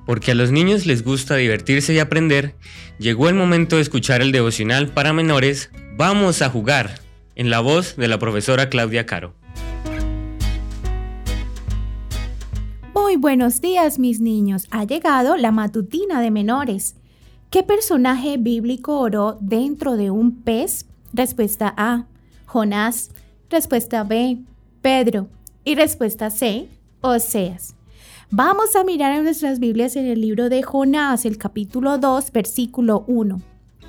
Porque a los niños les gusta divertirse y aprender, llegó el momento de escuchar el devocional para menores Vamos a jugar, en la voz de la profesora Claudia Caro. Muy buenos días, mis niños. Ha llegado la matutina de menores. ¿Qué personaje bíblico oró dentro de un pez? Respuesta A, Jonás. Respuesta B, Pedro. Y respuesta C, Oseas. Vamos a mirar en nuestras Biblias en el libro de Jonás, el capítulo 2, versículo 1.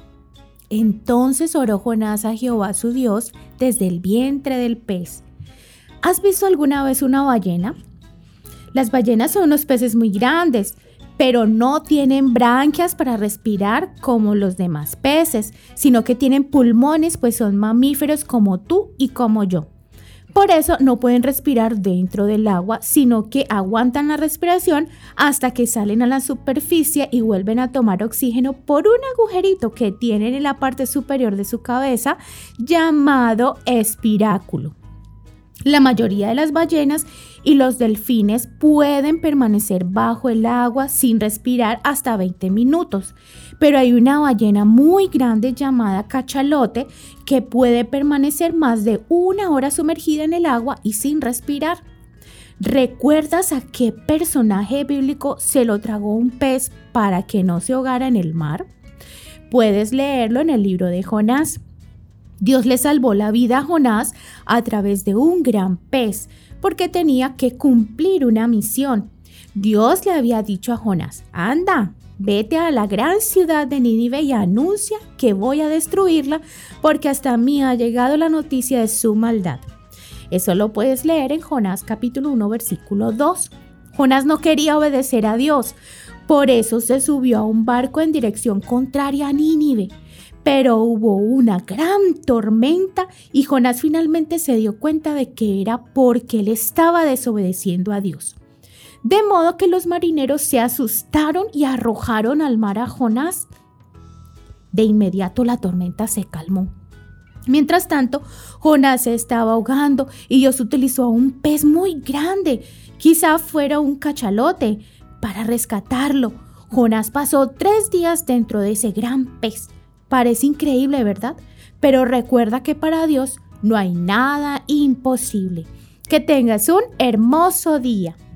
Entonces oró Jonás a Jehová su Dios desde el vientre del pez. ¿Has visto alguna vez una ballena? Las ballenas son unos peces muy grandes, pero no tienen branquias para respirar como los demás peces, sino que tienen pulmones, pues son mamíferos como tú y como yo. Por eso no pueden respirar dentro del agua, sino que aguantan la respiración hasta que salen a la superficie y vuelven a tomar oxígeno por un agujerito que tienen en la parte superior de su cabeza llamado espiráculo. La mayoría de las ballenas y los delfines pueden permanecer bajo el agua sin respirar hasta 20 minutos, pero hay una ballena muy grande llamada cachalote que puede permanecer más de 1 hora sumergida en el agua y sin respirar. ¿Recuerdas a qué personaje bíblico se lo tragó un pez para que no se ahogara en el mar? Puedes leerlo en el libro de Jonás. Dios le salvó la vida a Jonás a través de un gran pez, porque tenía que cumplir una misión. Dios le había dicho a Jonás, anda, vete a la gran ciudad de Nínive y anuncia que voy a destruirla, porque hasta mí ha llegado la noticia de su maldad. Eso lo puedes leer en Jonás capítulo 1, versículo 2. Jonás no quería obedecer a Dios, por eso se subió a un barco en dirección contraria a Nínive. Pero hubo una gran tormenta y Jonás finalmente se dio cuenta de que era porque él estaba desobedeciendo a Dios. De modo que los marineros se asustaron y arrojaron al mar a Jonás. De inmediato la tormenta se calmó. Mientras tanto, Jonás se estaba ahogando y Dios utilizó a un pez muy grande, quizá fuera un cachalote, para rescatarlo. Jonás pasó 3 días dentro de ese gran pez. Parece increíble, ¿verdad? Pero recuerda que para Dios no hay nada imposible. Que tengas un hermoso día.